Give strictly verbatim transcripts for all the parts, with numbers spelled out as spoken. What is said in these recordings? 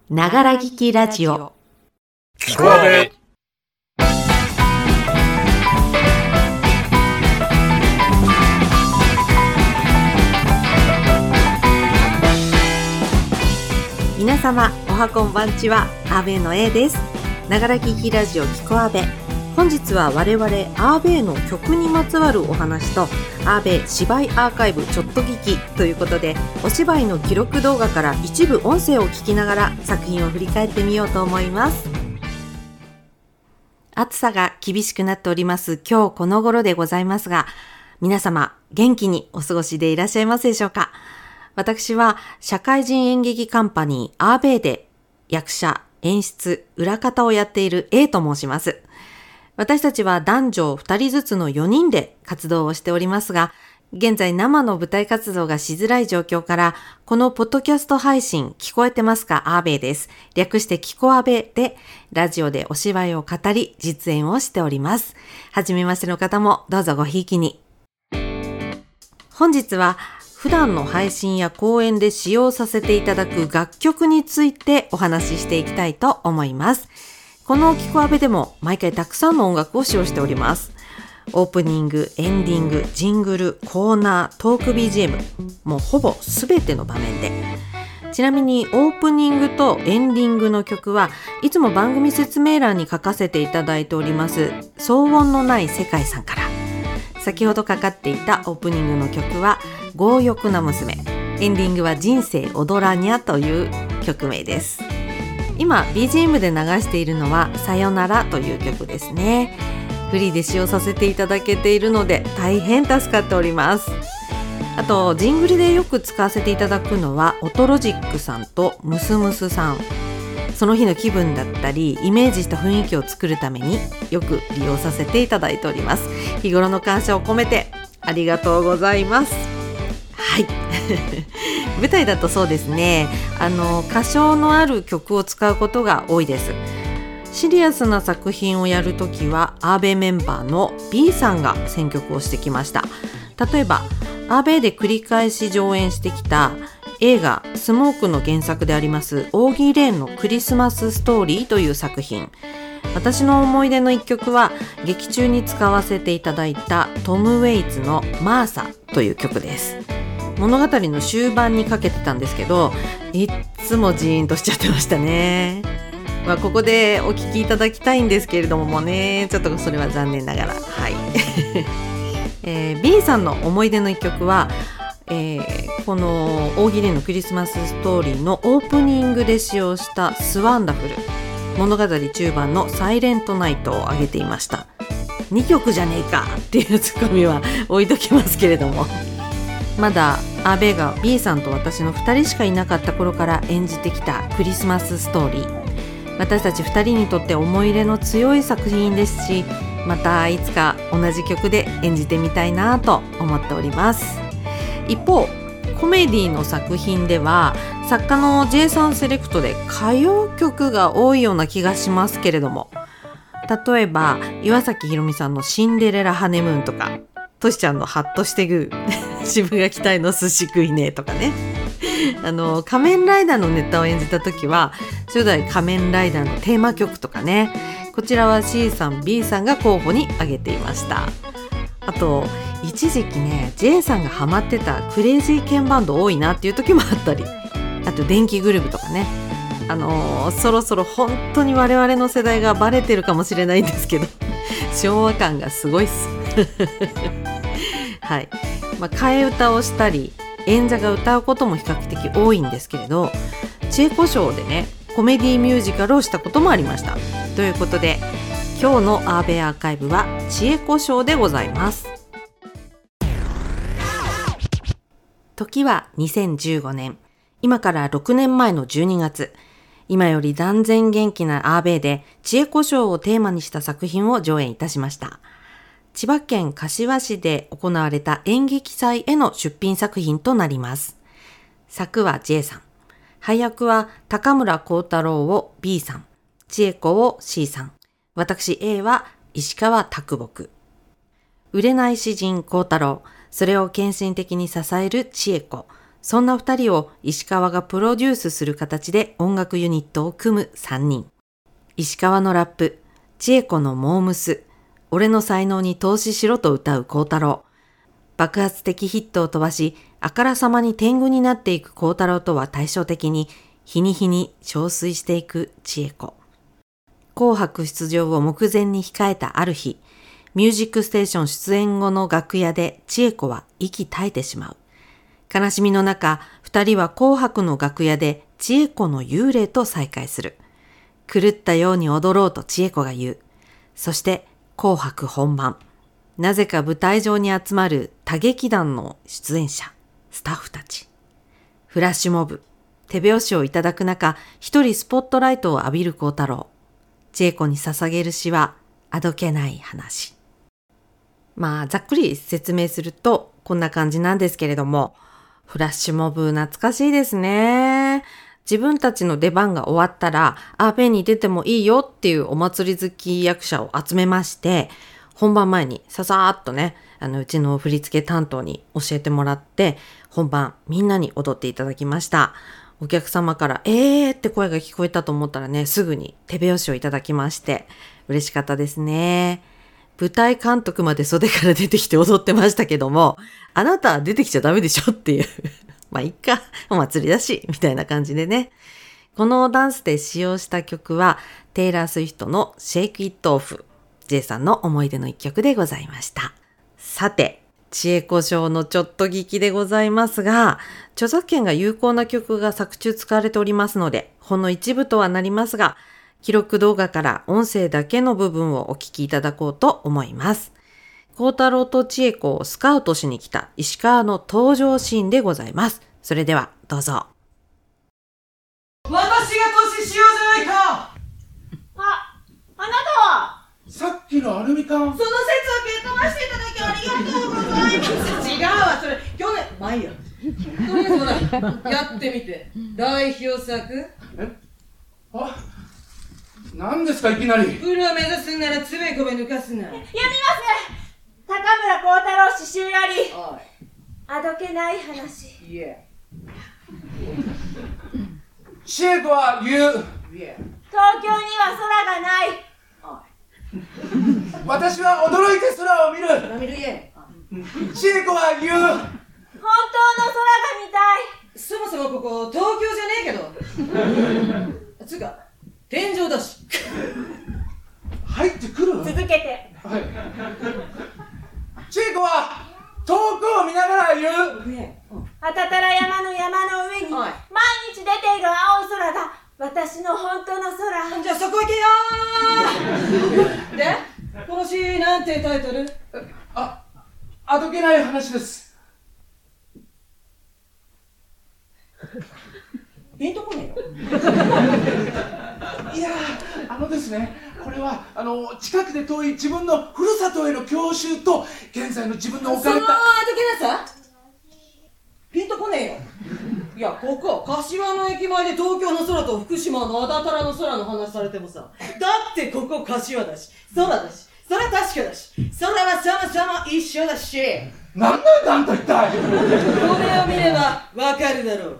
ながら聞きラジオ聞こえ皆様おはこんばんちは、アーベイの A です。ながら聞きラジオ聞こアベ。本日は我々アーベイの曲にまつわるお話とアーベイ芝居アーカイブちょっと聞きということで、お芝居の記録動画から一部音声を聞きながら作品を振り返ってみようと思います。暑さが厳しくなっております今日この頃でございますが、皆様元気にお過ごしでいらっしゃいますでしょうか。私は社会人演劇カンパニーアーベイで役者、演出、裏方をやっている A と申します。私たちは男女ふたりずつのよにんで活動をしておりますが、現在生の舞台活動がしづらい状況から、このポッドキャスト配信聞こえてますかアーベイです。略して聞こアベでラジオでお芝居を語り実演をしております。はじめましての方もどうぞごひいきに。本日は普段の配信や講演で使用させていただく楽曲についてお話ししていきたいと思います。この聞こアベでも毎回たくさんの音楽を使用しております。オープニング、エンディング、ジングル、コーナー、トーク ビージーエム、もうほぼすべての場面で。ちなみにオープニングとエンディングの曲はいつも番組説明欄に書かせていただいております騒音のない世界さんから。先ほどかかっていたオープニングの曲は強欲な娘、エンディングは人生踊らにゃという曲名です。今 ビージーエム で流しているのはさよならという曲ですね。フリーで使用させていただけているので大変助かっております。あとジングルでよく使わせていただくのはオトロジックさんとムスムスさん。その日の気分だったりイメージした雰囲気を作るためによく利用させていただいております。日頃の感謝を込めてありがとうございます。はい舞台だとそうですね、あの歌唱のある曲を使うことが多いです。シリアスな作品をやるときはアーベイメンバーの B さんが選曲をしてきました。例えばアーベイで繰り返し上演してきた映画スモークの原作でありますオーギー・レーンのクリスマスストーリーという作品。私の思い出の一曲は劇中に使わせていただいたトム・ウェイツのマーサという曲です。物語の終盤にかけてたんですけど、いっつもジーンとしちゃってましたね。まあ、ここでお聞きいただきたいんですけれどももね、ちょっとそれは残念ながら、はい、えー、B さんの思い出の一曲は、えー、このオーギーレイのクリスマスストーリーのオープニングで使用したスワンダフル、物語中盤のサイレントナイトを挙げていました。にきょくじゃねえかっていうツッコミは置いときますけれども、まだアーベイが B さんと私のふたりしかいなかった頃から演じてきたクリスマスストーリー、私たちふたりにとって思い入れの強い作品ですし、またいつか同じ曲で演じてみたいなと思っております。一方コメディの作品では作家の J さんセレクトで歌謡曲が多いような気がしますけれども、例えば岩崎宏美さんのシンデレラハネムーンとか、トシちゃんのハッとしてグー渋谷北の寿司食いねとかね、あの仮面ライダーのネタを演じた時は初代仮面ライダーのテーマ曲とかね、こちらは C さん B さんが候補に挙げていました。あと一時期ね J さんがハマってたクレイジーケンバンド多いなっていう時もあったり、あと電気グルーヴとかね、あのー、そろそろ本当に我々の世代がバレてるかもしれないんですけど昭和感がすごいっすはい、まあ、替え歌をしたり演者が歌うことも比較的多いんですけれど、知恵子賞でねコメディミュージカルをしたこともありました。ということで今日のアーベイアーカイブは知恵子賞でございます。時はにせんじゅうごねん、今からろくねんまえのじゅうにがつ、今より断然元気なアーベイで知恵子賞をテーマにした作品を上演いたしました。千葉県柏市で行われた演劇祭への出品作品となります。作は J さん、配役は高村光太郎を B さん、千恵子を C さん、私 A は石川啄木。売れない詩人光太郎、それを献身的に支える千恵子、 そんな二人を石川がプロデュースする形で音楽ユニットを組む三人。石川のラップ、千恵子のモームス、俺の才能に投資しろと歌う孝太郎。爆発的ヒットを飛ばし、あからさまに天狗になっていく孝太郎とは対照的に、日に日に憔悴していく千恵子。紅白出場を目前に控えたある日、ミュージックステーション出演後の楽屋で千恵子は息絶えてしまう。悲しみの中、二人は紅白の楽屋で千恵子の幽霊と再会する。狂ったように踊ろうと千恵子が言う。そして紅白本番。なぜか舞台上に集まる多劇団の出演者、スタッフたち。フラッシュモブ、手拍子をいただく中、一人スポットライトを浴びる孝太郎。千恵子に捧げる詩は、あどけない話。まあ、ざっくり説明すると、こんな感じなんですけれども、フラッシュモブ懐かしいですね。自分たちの出番が終わったら、アーペンに出てもいいよっていうお祭り好き役者を集めまして、本番前にささーっとね、あのうちの振付担当に教えてもらって、本番みんなに踊っていただきました。お客様からえーって声が聞こえたと思ったらね、すぐに手拍子をいただきまして、嬉しかったですね。舞台監督まで袖から出てきて踊ってましたけども、あなたは出てきちゃダメでしょっていう。まあいいか、お祭りだし、みたいな感じでね。このダンスで使用した曲は、テイラー・スウィフトのShake It Off、J さんの思い出の一曲でございました。さて、千恵子賞のちょっと聞きでございますが、著作権が有効な曲が作中使われておりますので、ほんの一部とはなりますが、記録動画から音声だけの部分をお聞きいただこうと思います。孝太郎と千恵子をスカウトしに来た石川の登場シーンでございます。それではどうぞ。 私が投資しようじゃないか。 あ、あなたはさっきのアルミ缶。 その説を蹴っ飛ばしていただきありがとうございます。違うわ、それ去年まあいいや。とりあえずほらやってみて。代表作。 えあ、何ですかいきなり。 プロ目指すんならつべこべ抜かすな。 やみます。高村光太郎詩集よりおい、 あどけない話。 いえ千恵子は言う。 いえ東京には空がない。 私は驚いて空を見る。 なみるいえ千恵子は言う。 本当の空が見たい。 そもそもここ東京じゃねえけどつうか天井だし入ってくる。 続けて。 はい。千恵子は遠くを見ながら言う。 ねえ、うん、 あたたら山の山の上にはい毎日出ている青い空が私の本当の空。 じゃあそこ行けよーで、この詩なんてタイトル？ あ、あどけない話です。 ピンとこねえよいやー、あのですね、これはあの近くで遠い自分のふるさとへの郷遐と現在の自分の置かれた。 そのあどけなさピンとこねえよ。いや、ここ柏の駅前で東京の空と福島のあだたらの空の話されてもさ、だってここ柏だし空だしそれは確かだし空はそもそも一緒だし。 なんだよあんた一体。 これを見ればわかるだろう。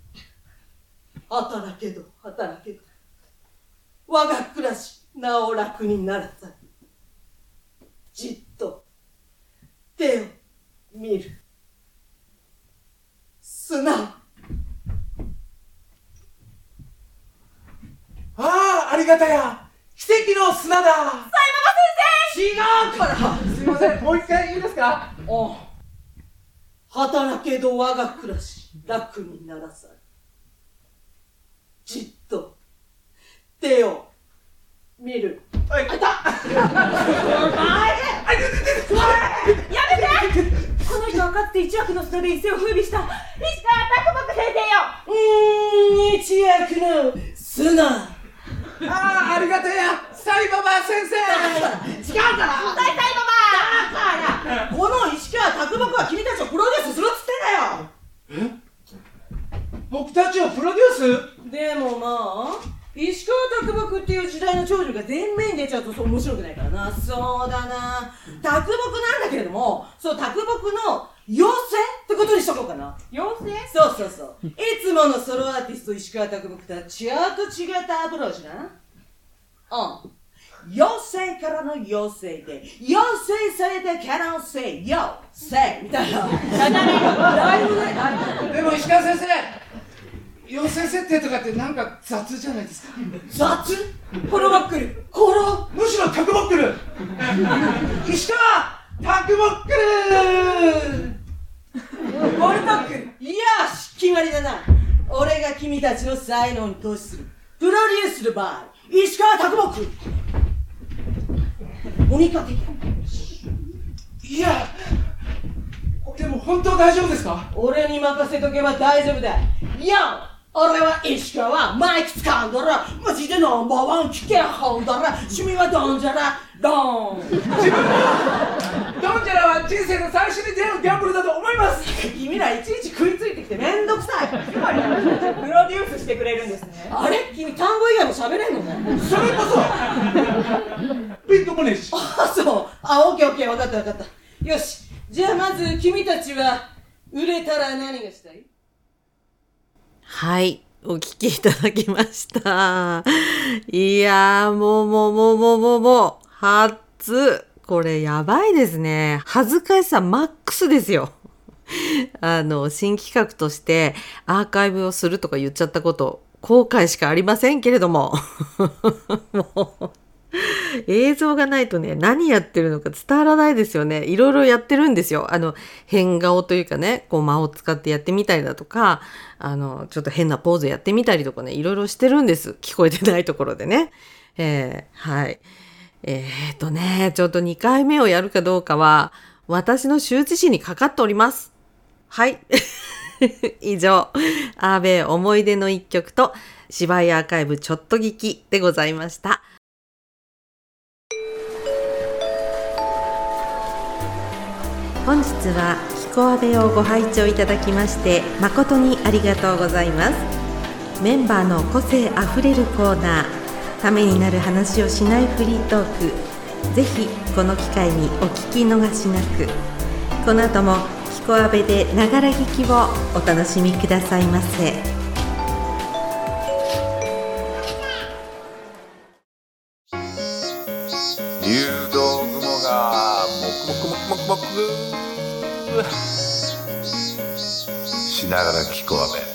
働けど働けど我が暮らしなお楽にならざる。じっと手を見る。砂。 ああ、ありがたや奇跡の砂だ。 違うから。 すいません、もう一回いいですか。 おう働けど我が暮らし楽にならざる。じっと手を見る。 はい、あいた。 やめて。この人はかつて一躍の砂で一世を風靡した石川啄木先生よ。 うーん、一躍の砂。 ああ、ありがたやサイババ先生。 違うから大サイババだからこの石川啄木は君たちをプロデュースするっつってんだよ。 え、僕たちをプロデュース。 でもまあ石川啄木っていう時代の長女が前面に出ちゃうと面白くないからな。そうだな。啄木なんだけれども、そう啄木の妖精ってことにしとこうかな。 妖精？ そうそうそう。いつものソロアーティスト石川啄木とはちょっと違ったアプローチだな。うん。妖精からの妖精で、妖精された可能性、妖精みたいな。だいぶね、 でも石川先生、妖精設定とかってなんか雑じゃないですか。 雑？コロバックル。コロ。 むしろタクボックル。石川タクボックル。 コロバックル。よし、決まりだな。俺が君たちの才能に投資する。プロデュースする場合、石川タクボックル。鬼化的。 いや、でも本当大丈夫ですか？ 俺に任せとけば大丈夫だ。いや、俺は石川、マイク掴んだらマジでナンバーワン危険ホンだら、趣味はドンジャラドン。 自分もドンジャラは人生の最初に出会うギャンブルだと思います。 君らいちいち食いついてきてめんどくさい。 つまりプロデュースしてくれるんですね。 あれ、君単語以外も喋れんのね。 それこそピンともねえし。 あ、そう。あ、オッケーオッケー、分かった分かった。よし、じゃあまず君たちは売れたら何がしたい？ はい、お聞きいただきました。いやー、もうもうもうもうもうもう、初。これやばいですね。恥ずかしさマックスですよ。あの、新企画としてアーカイブをするとか言っちゃったこと、後悔しかありませんけれども。もう映像がないとね、何やってるのか伝わらないですよね。いろいろやってるんですよ。あの、変顔というかね、こう間を使ってやってみたりだとか、あの、ちょっと変なポーズやってみたりとかね、いろいろしてるんです。聞こえてないところでね。えー、はい。えーとね、ちょっとにかいめをやるかどうかは、私の羞恥心にかかっております。はい。以上、アーベイ思い出の一曲と、芝居アーカイブちょっと聞きでございました。本日はひこあべをご拝聴いただきまして誠にありがとうございます。メンバーの個性あふれるコーナー、ためになる話をしないフリートーク、ぜひこの機会にお聞き逃しなく。この後もひこあべでながら聞きをお楽しみくださいませ。 入道雲がもくもくもくもくもくしながら聞こえ。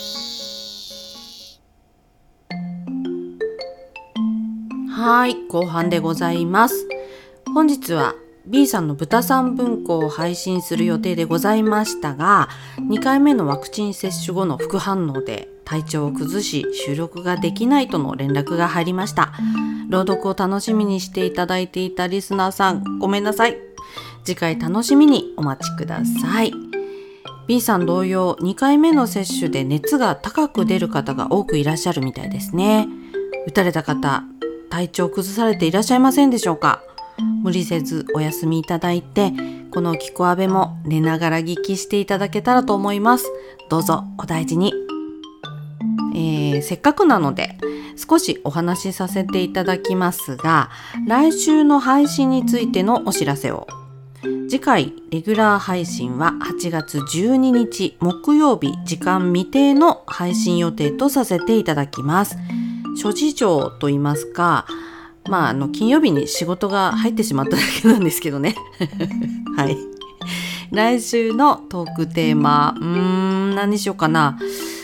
はい、後半でございます。本日は B さんの豚さん文庫を配信する予定でございましたが、にかいめのワクチン接種後の副反応で体調を崩し収録ができないとの連絡が入りました。朗読を楽しみにしていただいていたリスナーさん、ごめんなさい。次回楽しみにお待ちください。B さん同様、にかいめの接種で熱が高く出る方が多くいらっしゃるみたいですね。打たれた方、体調崩されていらっしゃいませんでしょうか？無理せずお休みいただいて、このきこあべも寝ながら聞きしていただけたらと思います。どうぞお大事に。えー、せっかくなので少しお話しさせていただきますが、来週の配信についてのお知らせを。次回レギュラー配信ははちがつじゅうににち木曜日時間未定の配信予定とさせていただきます。諸事情と言いますか、まあ、あの金曜日に仕事が入ってしまっただけなんですけどね。はい。来週のトークテーマ、うーん、何にしようかな。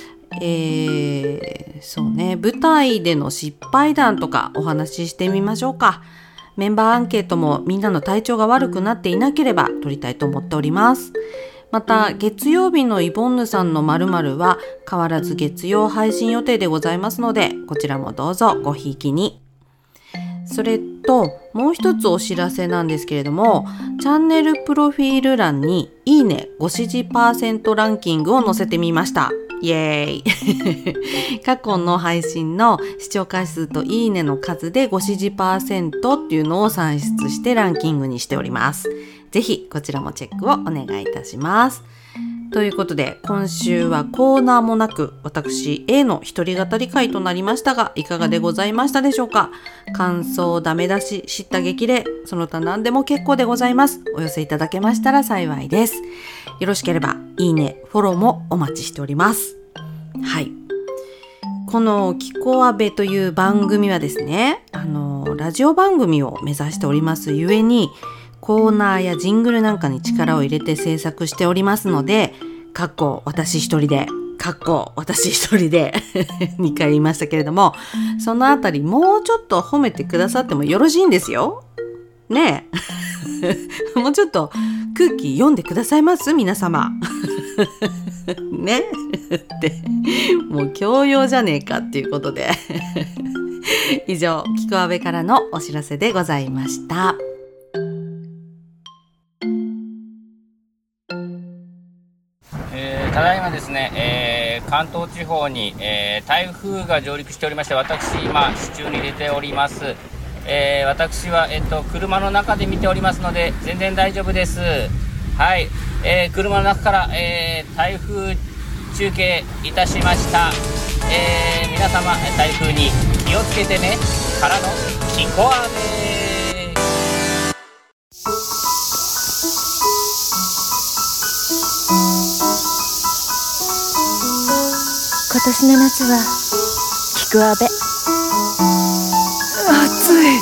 えー、そうね、舞台での失敗談とかお話ししてみましょうか。メンバーアンケートもみんなの体調が悪くなっていなければ取りたいと思っております。また月曜日のイボンヌさんの〇〇は変わらず月曜配信予定でございますので、こちらもどうぞごひいきに。それともう一つお知らせなんですけれども、チャンネルプロフィール欄にいいねご支持パーセントランキングを載せてみました。イエーイ過去の配信の視聴回数といいねの数でご支持パーセントっていうのを算出してランキングにしております。ぜひこちらもチェックをお願いいたします。 ということで、今週はコーナーもなく、私 A の一人語り会となりましたが、いかがでございましたでしょうか。感想、ダメ出し、知った激励、その他何でも結構でございます。お寄せいただけましたら幸いです。よろしければ、いいね、フォローもお待ちしております。はい。このキコアベという番組はですね、あの、ラジオ番組を目指しておりますゆえに、コーナーやジングルなんかに力を入れて制作しておりますので、かっこ私一人で、かっこ私一人でにかい言いましたけれども、そのあたりもうちょっと褒めてくださってもよろしいんですよ。ねえ。もうちょっと空気読んでくださいます皆様。ねってもう教養じゃねえかっていうことで以上、キコアベからのお知らせでございました。 えー、ただいまですね、えー、関東地方に、えー、台風が上陸しておりまして、私今市中に出ております。えー、私は、えっと、車の中で見ておりますので全然大丈夫です。はい、えー、車の中から、えー、台風中継いたしました。えー、皆様台風に気をつけてねからのキコアベ。 今年の夏はキコアベ。暑い。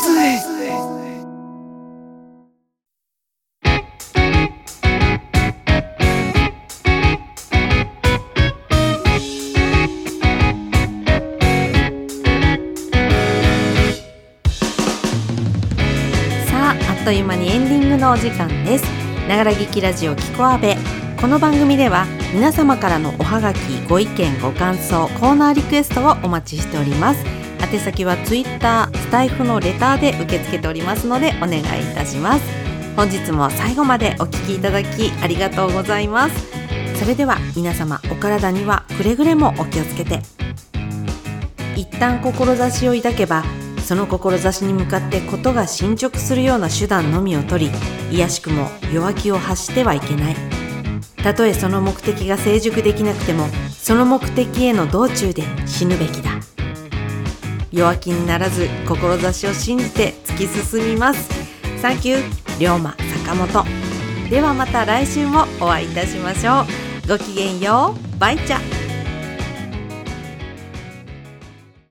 さあ、あっという間にエンディングのお時間です。ながら劇ラジオキコアベ。この番組では皆様からのおはがき、ご意見、ご感想、コーナーリクエストをお待ちしております。宛先はツイッター、スタイフのレターで受け付けておりますのでお願いいたします。本日も最後までお聞きいただきありがとうございます。それでは皆様、お体にはくれぐれもお気をつけて。一旦志を抱けば、その志に向かってことが進捗するような手段のみを取り、いやしくも弱気を発してはいけない。たとえその目的が成熟できなくても、その目的への道中で死ぬべきだ。弱気にならず志を信じて突き進みます。サンキュー、龍馬坂本。ではまた来週もお会いいたしましょう。ごきげんよう。バイチャ。